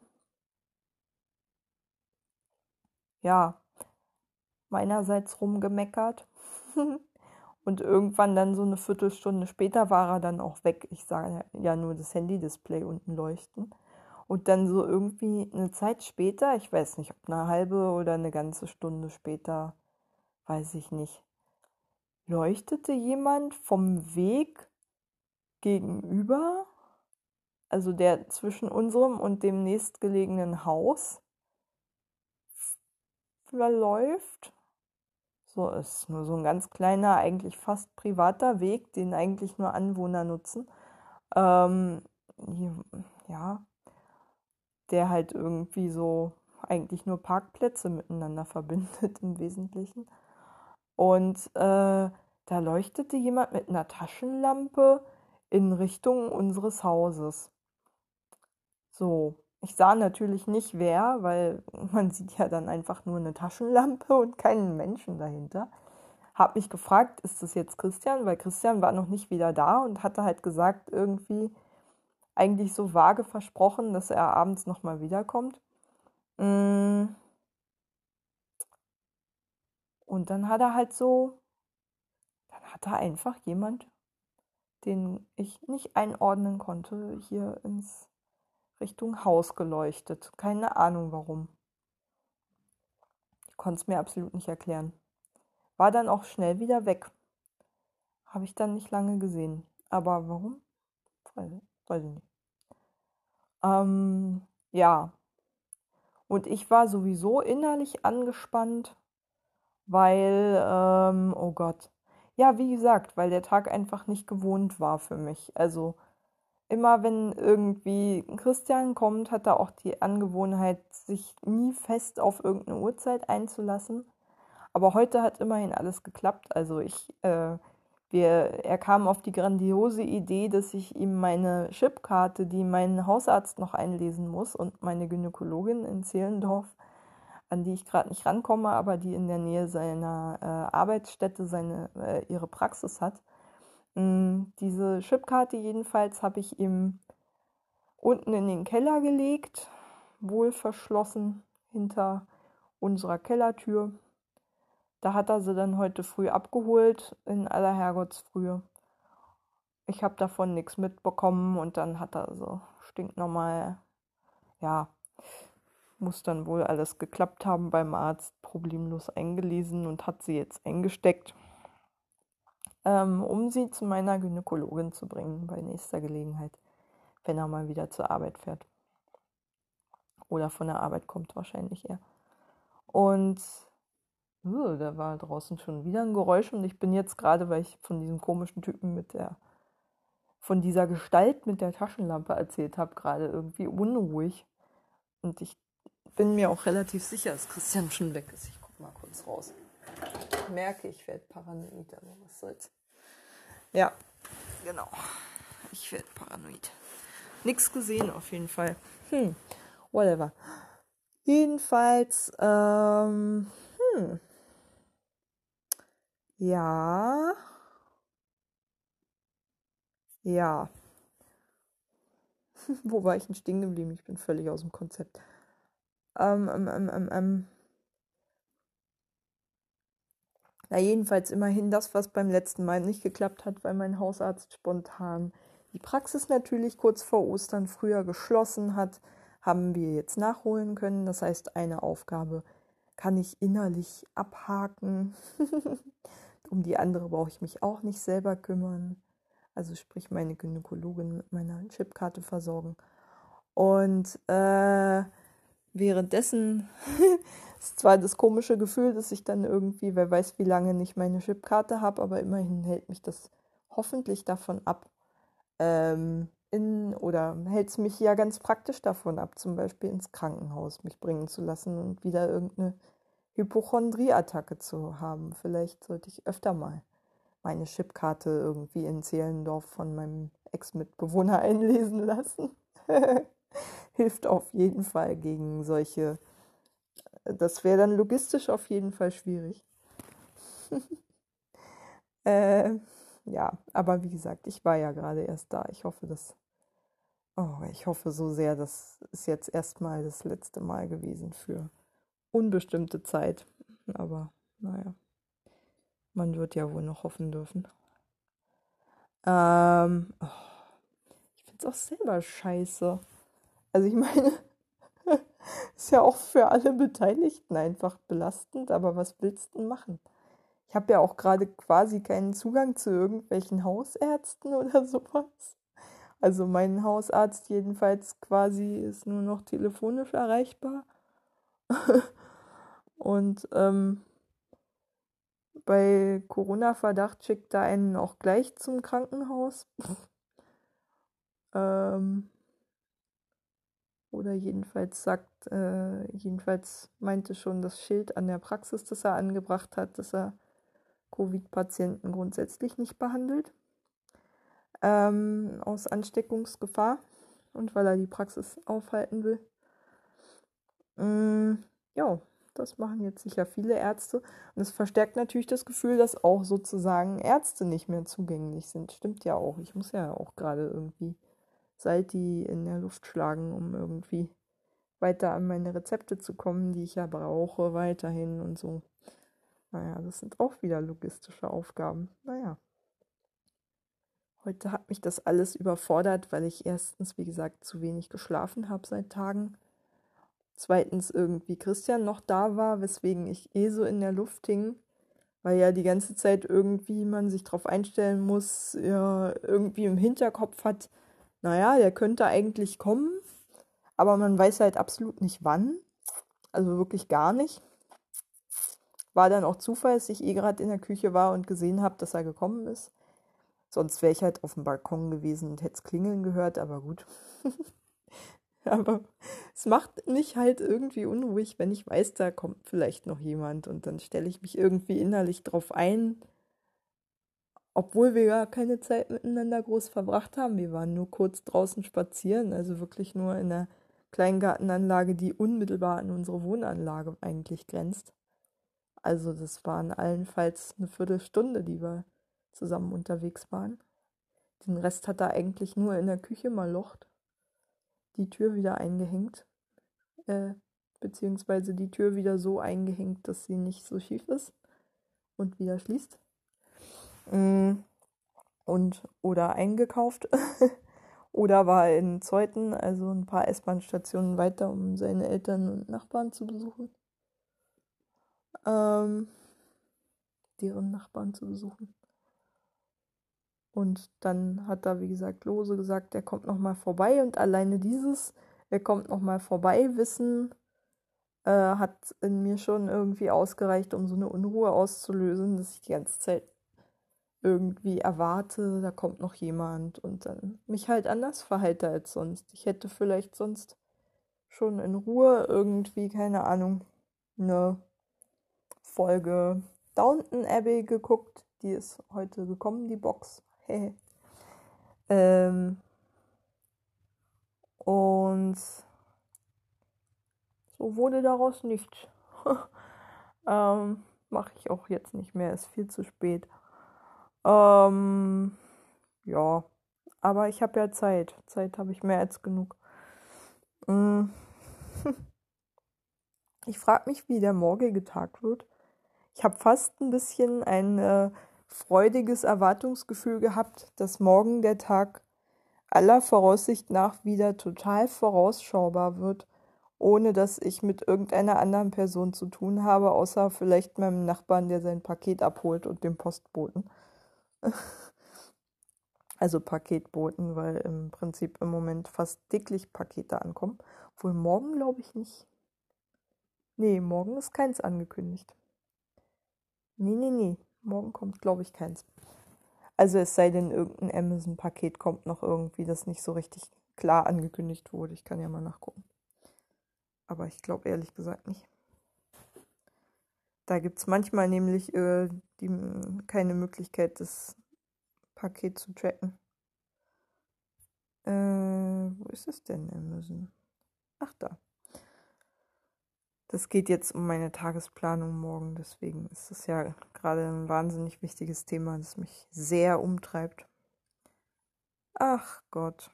ja, meinerseits rumgemeckert. Und irgendwann dann so eine Viertelstunde später war er dann auch weg. Ich sah ja nur das Handy-Display unten leuchten. Und dann so irgendwie eine Zeit später, ich weiß nicht, ob eine halbe oder eine ganze Stunde später, weiß ich nicht, leuchtete jemand vom Weg gegenüber, also der zwischen unserem und dem nächstgelegenen Haus verläuft. So ist nur so ein ganz kleiner, eigentlich fast privater Weg, den eigentlich nur Anwohner nutzen. Ähm, ja, der halt irgendwie so eigentlich nur Parkplätze miteinander verbindet im Wesentlichen. Und äh, da leuchtete jemand mit einer Taschenlampe in Richtung unseres Hauses. So, ich sah natürlich nicht wer, weil man sieht ja dann einfach nur eine Taschenlampe und keinen Menschen dahinter. Hab mich gefragt, ist das jetzt Christian? Weil Christian war noch nicht wieder da und hatte halt gesagt, irgendwie eigentlich so vage versprochen, dass er abends nochmal wiederkommt. Und dann hat er halt so, dann hat da einfach jemand, den ich nicht einordnen konnte, hier ins Richtung Haus geleuchtet. Keine Ahnung warum. Ich konnte es mir absolut nicht erklären. War dann auch schnell wieder weg. Habe ich dann nicht lange gesehen. Aber warum? Weiß, weiß ich nicht. Ähm, ja. Und ich war sowieso innerlich angespannt, weil, ähm, oh Gott. Ja, wie gesagt, weil der Tag einfach nicht gewohnt war für mich. Also immer wenn irgendwie Christian kommt, hat er auch die Angewohnheit, sich nie fest auf irgendeine Uhrzeit einzulassen. Aber heute hat immerhin alles geklappt. Also ich, äh, wir, er kam auf die grandiose Idee, dass ich ihm meine Chipkarte, die mein Hausarzt noch einlesen muss und meine Gynäkologin in Zehlendorf, an die ich gerade nicht rankomme, aber die in der Nähe seiner äh, Arbeitsstätte seine, äh, ihre Praxis hat. Mm, diese Chipkarte jedenfalls habe ich ihm unten in den Keller gelegt, wohl verschlossen hinter unserer Kellertür. Da hat er sie dann heute früh abgeholt, in aller Herrgottsfrühe. Ich habe davon nichts mitbekommen und dann hat er so stinknormal, ja, muss dann wohl alles geklappt haben beim Arzt, problemlos eingelesen und hat sie jetzt eingesteckt, ähm, um sie zu meiner Gynäkologin zu bringen bei nächster Gelegenheit, wenn er mal wieder zur Arbeit fährt. Oder von der Arbeit kommt wahrscheinlich eher. Und uh, da war draußen schon wieder ein Geräusch und ich bin jetzt gerade, weil ich von diesem komischen Typen mit der, von dieser Gestalt mit der Taschenlampe erzählt habe, gerade irgendwie unruhig. Und ich bin mir auch relativ sicher, dass Christian schon weg ist. Ich guck mal kurz raus. Ich merke, ich werde paranoid, aber was soll's. Ja, genau. Ich werde paranoid. Nix gesehen auf jeden Fall. Hm, whatever. Jedenfalls, ähm, hm, ja, ja. Wo war ich denn stehen geblieben? Ich bin völlig aus dem Konzept. Ähm, ähm, ähm, ähm, ähm. Na, jedenfalls immerhin das, was beim letzten Mal nicht geklappt hat, weil mein Hausarzt spontan die Praxis natürlich kurz vor Ostern früher geschlossen hat, haben wir jetzt nachholen können. Das heißt, eine Aufgabe kann ich innerlich abhaken. Um die andere brauche ich mich auch nicht selber kümmern. Also sprich meine Gynäkologin mit meiner Chipkarte versorgen. Und äh, währenddessen ist zwar das komische Gefühl, dass ich dann irgendwie, wer weiß wie lange, nicht meine Chipkarte habe, aber immerhin hält mich das hoffentlich davon ab, ähm, in, oder hält es mich ja ganz praktisch davon ab, zum Beispiel ins Krankenhaus mich bringen zu lassen und wieder irgendeine Hypochondrie-Attacke zu haben. Vielleicht sollte ich öfter mal meine Chipkarte irgendwie in Zehlendorf von meinem Ex-Mitbewohner einlesen lassen. Hilft auf jeden Fall gegen solche. Das wäre dann logistisch auf jeden Fall schwierig. äh, ja, aber wie gesagt, ich war ja gerade erst da. Ich hoffe, dass. Oh, ich hoffe so sehr, das ist jetzt erstmal das letzte Mal gewesen für unbestimmte Zeit. Aber naja, man wird ja wohl noch hoffen dürfen. Ähm, oh, ich finde es auch selber scheiße. Also ich meine, ist ja auch für alle Beteiligten einfach belastend, aber was willst du denn machen? Ich habe ja auch gerade quasi keinen Zugang zu irgendwelchen Hausärzten oder sowas. Also mein Hausarzt jedenfalls quasi ist nur noch telefonisch erreichbar. Und ähm, bei Corona-Verdacht schickt er einen auch gleich zum Krankenhaus. ähm, oder jedenfalls sagt, äh, jedenfalls meinte schon das Schild an der Praxis, das er angebracht hat, dass er Covid-Patienten grundsätzlich nicht behandelt. Ähm, aus Ansteckungsgefahr und weil er die Praxis aufhalten will. Mm, ja, das machen jetzt sicher viele Ärzte. Und es verstärkt natürlich das Gefühl, dass auch sozusagen Ärzte nicht mehr zugänglich sind. Stimmt ja auch. Ich muss ja auch gerade irgendwie Salti in der Luft schlagen, um irgendwie weiter an meine Rezepte zu kommen, die ich ja brauche weiterhin und so. Naja, das sind auch wieder logistische Aufgaben. Naja. Heute hat mich das alles überfordert, weil ich erstens, wie gesagt, zu wenig geschlafen habe seit Tagen. Zweitens irgendwie Christian noch da war, weswegen ich eh so in der Luft hing, weil ja die ganze Zeit irgendwie man sich drauf einstellen muss, ja, irgendwie im Hinterkopf hat, naja, der könnte eigentlich kommen, aber man weiß halt absolut nicht wann, also wirklich gar nicht. War dann auch Zufall, dass ich eh gerade in der Küche war und gesehen habe, dass er gekommen ist. Sonst wäre ich halt auf dem Balkon gewesen und hätte es klingeln gehört, aber gut. Aber es macht mich halt irgendwie unruhig, wenn ich weiß, da kommt vielleicht noch jemand und dann stelle ich mich irgendwie innerlich drauf ein, obwohl wir gar keine Zeit miteinander groß verbracht haben. Wir waren nur kurz draußen spazieren, also wirklich nur in einer Kleingartenanlage, die unmittelbar an unsere Wohnanlage eigentlich grenzt. Also das waren allenfalls eine Viertelstunde, die wir zusammen unterwegs waren. Den Rest hat er eigentlich nur in der Küche mal locht, die Tür wieder eingehängt, äh, beziehungsweise die Tür wieder so eingehängt, dass sie nicht so schief ist und wieder schließt. Mm, Und oder eingekauft. Oder war in Zeuthen, also ein paar S-Bahn-Stationen weiter, um seine Eltern und Nachbarn zu besuchen. Ähm, deren Nachbarn zu besuchen. Und dann hat er, wie gesagt, lose gesagt, er kommt nochmal vorbei. Und alleine dieses, er kommt nochmal vorbei, Wissen äh, hat in mir schon irgendwie ausgereicht, um so eine Unruhe auszulösen, dass ich die ganze Zeit irgendwie erwarte, da kommt noch jemand und dann mich halt anders verhalte als sonst. Ich hätte vielleicht sonst schon in Ruhe irgendwie, keine Ahnung, eine Folge Downton Abbey geguckt. Die ist heute gekommen, die Box. ähm, und so wurde daraus nichts. ähm, Mache ich auch jetzt nicht mehr, ist viel zu spät. Ähm, ja, aber ich habe ja Zeit. Zeit habe ich mehr als genug. Mm. Ich frage mich, wie der morgige Tag wird. Ich habe fast ein bisschen ein äh, freudiges Erwartungsgefühl gehabt, dass morgen der Tag aller Voraussicht nach wieder total vorausschaubar wird, ohne dass ich mit irgendeiner anderen Person zu tun habe, außer vielleicht meinem Nachbarn, der sein Paket abholt und dem Postboten. Also Paketboten, weil im Prinzip im Moment fast täglich Pakete ankommen. Obwohl morgen glaube ich nicht. Nee, morgen ist keins angekündigt. Nee, nee, nee. Morgen kommt, glaube ich, keins. Also es sei denn, irgendein Amazon-Paket kommt noch irgendwie, das nicht so richtig klar angekündigt wurde. Ich kann ja mal nachgucken. Aber ich glaube ehrlich gesagt nicht. Da gibt es manchmal nämlich äh, die, keine Möglichkeit, das Paket zu tracken. Äh, wo ist es denn, Amazon? Ach, da. Das geht jetzt um meine Tagesplanung morgen, deswegen ist es ja gerade ein wahnsinnig wichtiges Thema, das mich sehr umtreibt. Ach Gott.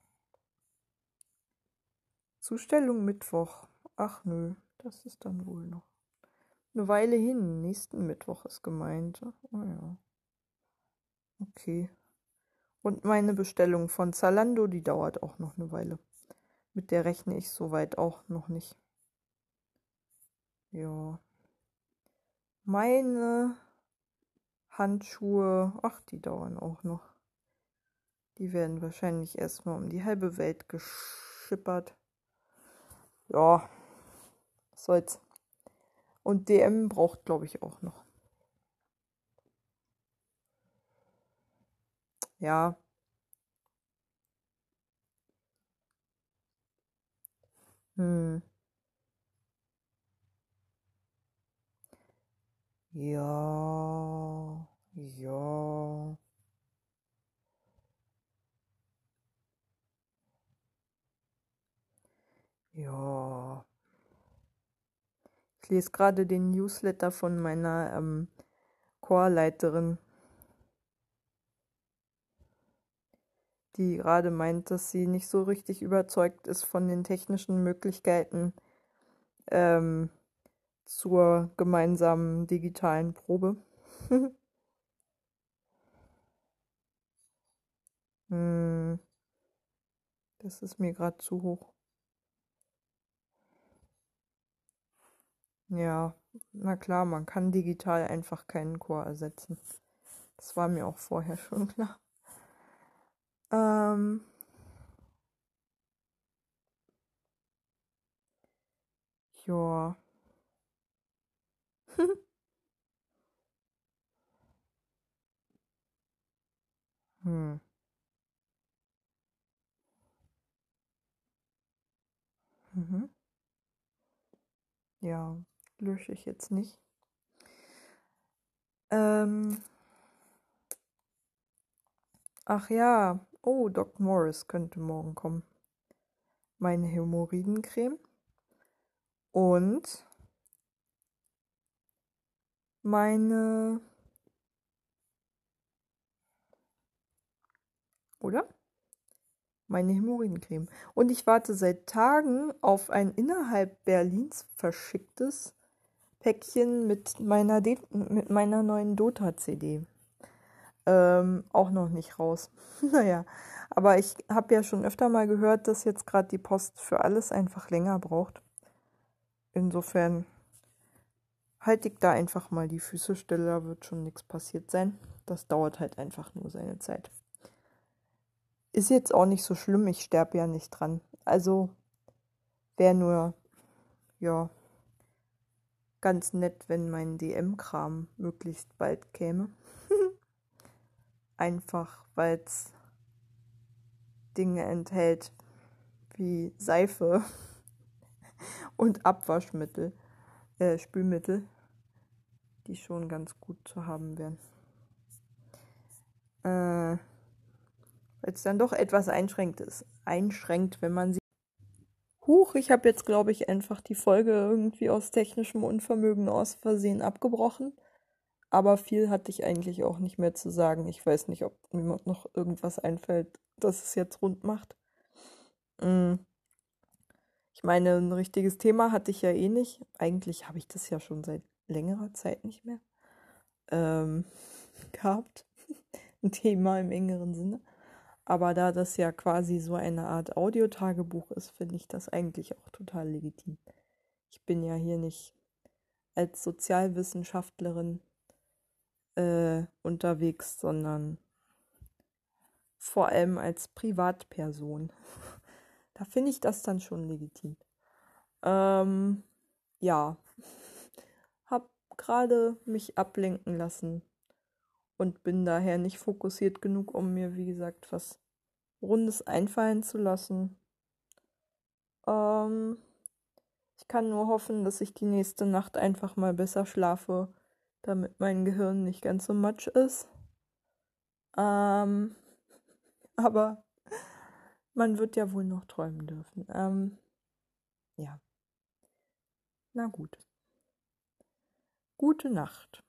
Zustellung Mittwoch. Ach nö, das ist dann wohl noch eine Weile hin. Nächsten Mittwoch ist gemeint. Oh ja. Okay. Und meine Bestellung von Zalando, die dauert auch noch eine Weile. Mit der rechne ich soweit auch noch nicht. Ja. Meine Handschuhe, ach, die dauern auch noch. Die werden wahrscheinlich erstmal um die halbe Welt geschippert. Ja, was soll's. Und D M braucht, glaube ich, auch noch. Ja. Hm. Ja. Ja. Ja. Ich lese gerade den Newsletter von meiner ähm, Chorleiterin, die gerade meint, dass sie nicht so richtig überzeugt ist von den technischen Möglichkeiten ähm, zur gemeinsamen digitalen Probe. hm, das ist mir gerade zu hoch. Ja, na klar, man kann digital einfach keinen Chor ersetzen. Das war mir auch vorher schon klar. Ähm, ja. hm. Mhm. Ja, lösche ich jetzt nicht. Ähm, ach ja, oh, Doc Morris könnte morgen kommen. Meine Hämorrhoidencreme und meine, oder? Meine Hämorrhoidencreme. Und ich warte seit Tagen auf ein innerhalb Berlins verschicktes Päckchen mit meiner, De mit meiner neuen Dota-C D. Ähm, auch noch nicht raus. Naja, aber ich habe ja schon öfter mal gehört, dass jetzt gerade die Post für alles einfach länger braucht. Insofern halte ich da einfach mal die Füße still, da wird schon nichts passiert sein. Das dauert halt einfach nur seine Zeit. Ist jetzt auch nicht so schlimm, ich sterbe ja nicht dran. Also wäre nur, ja, ganz nett, wenn mein D M-Kram möglichst bald käme. Einfach, weil es Dinge enthält wie Seife und Abwaschmittel, äh, Spülmittel, die schon ganz gut zu haben wären. Äh, weil es dann doch etwas einschränkt ist. Einschränkt, wenn man sie. Huch, ich habe jetzt, glaube ich, einfach die Folge irgendwie aus technischem Unvermögen aus Versehen abgebrochen. Aber viel hatte ich eigentlich auch nicht mehr zu sagen. Ich weiß nicht, ob mir noch irgendwas einfällt, das es jetzt rund macht. Mm. Ich meine, ein richtiges Thema hatte ich ja eh nicht. Eigentlich habe ich das ja schon seit längerer Zeit nicht mehr ähm, gehabt. Ein Thema im engeren Sinne. Aber da das ja quasi so eine Art Audiotagebuch ist, finde ich das eigentlich auch total legitim. Ich bin ja hier nicht als Sozialwissenschaftlerin äh, unterwegs, sondern vor allem als Privatperson. Da finde ich das dann schon legitim. Ähm, ja, hab gerade mich ablenken lassen und bin daher nicht fokussiert genug, um mir, wie gesagt, was Rundes einfallen zu lassen. Ähm, Ich kann nur hoffen, dass ich die nächste Nacht einfach mal besser schlafe, damit mein Gehirn nicht ganz so matsch ist. Ähm, aber man wird ja wohl noch träumen dürfen. Ähm, ja. Na gut. Gute Nacht.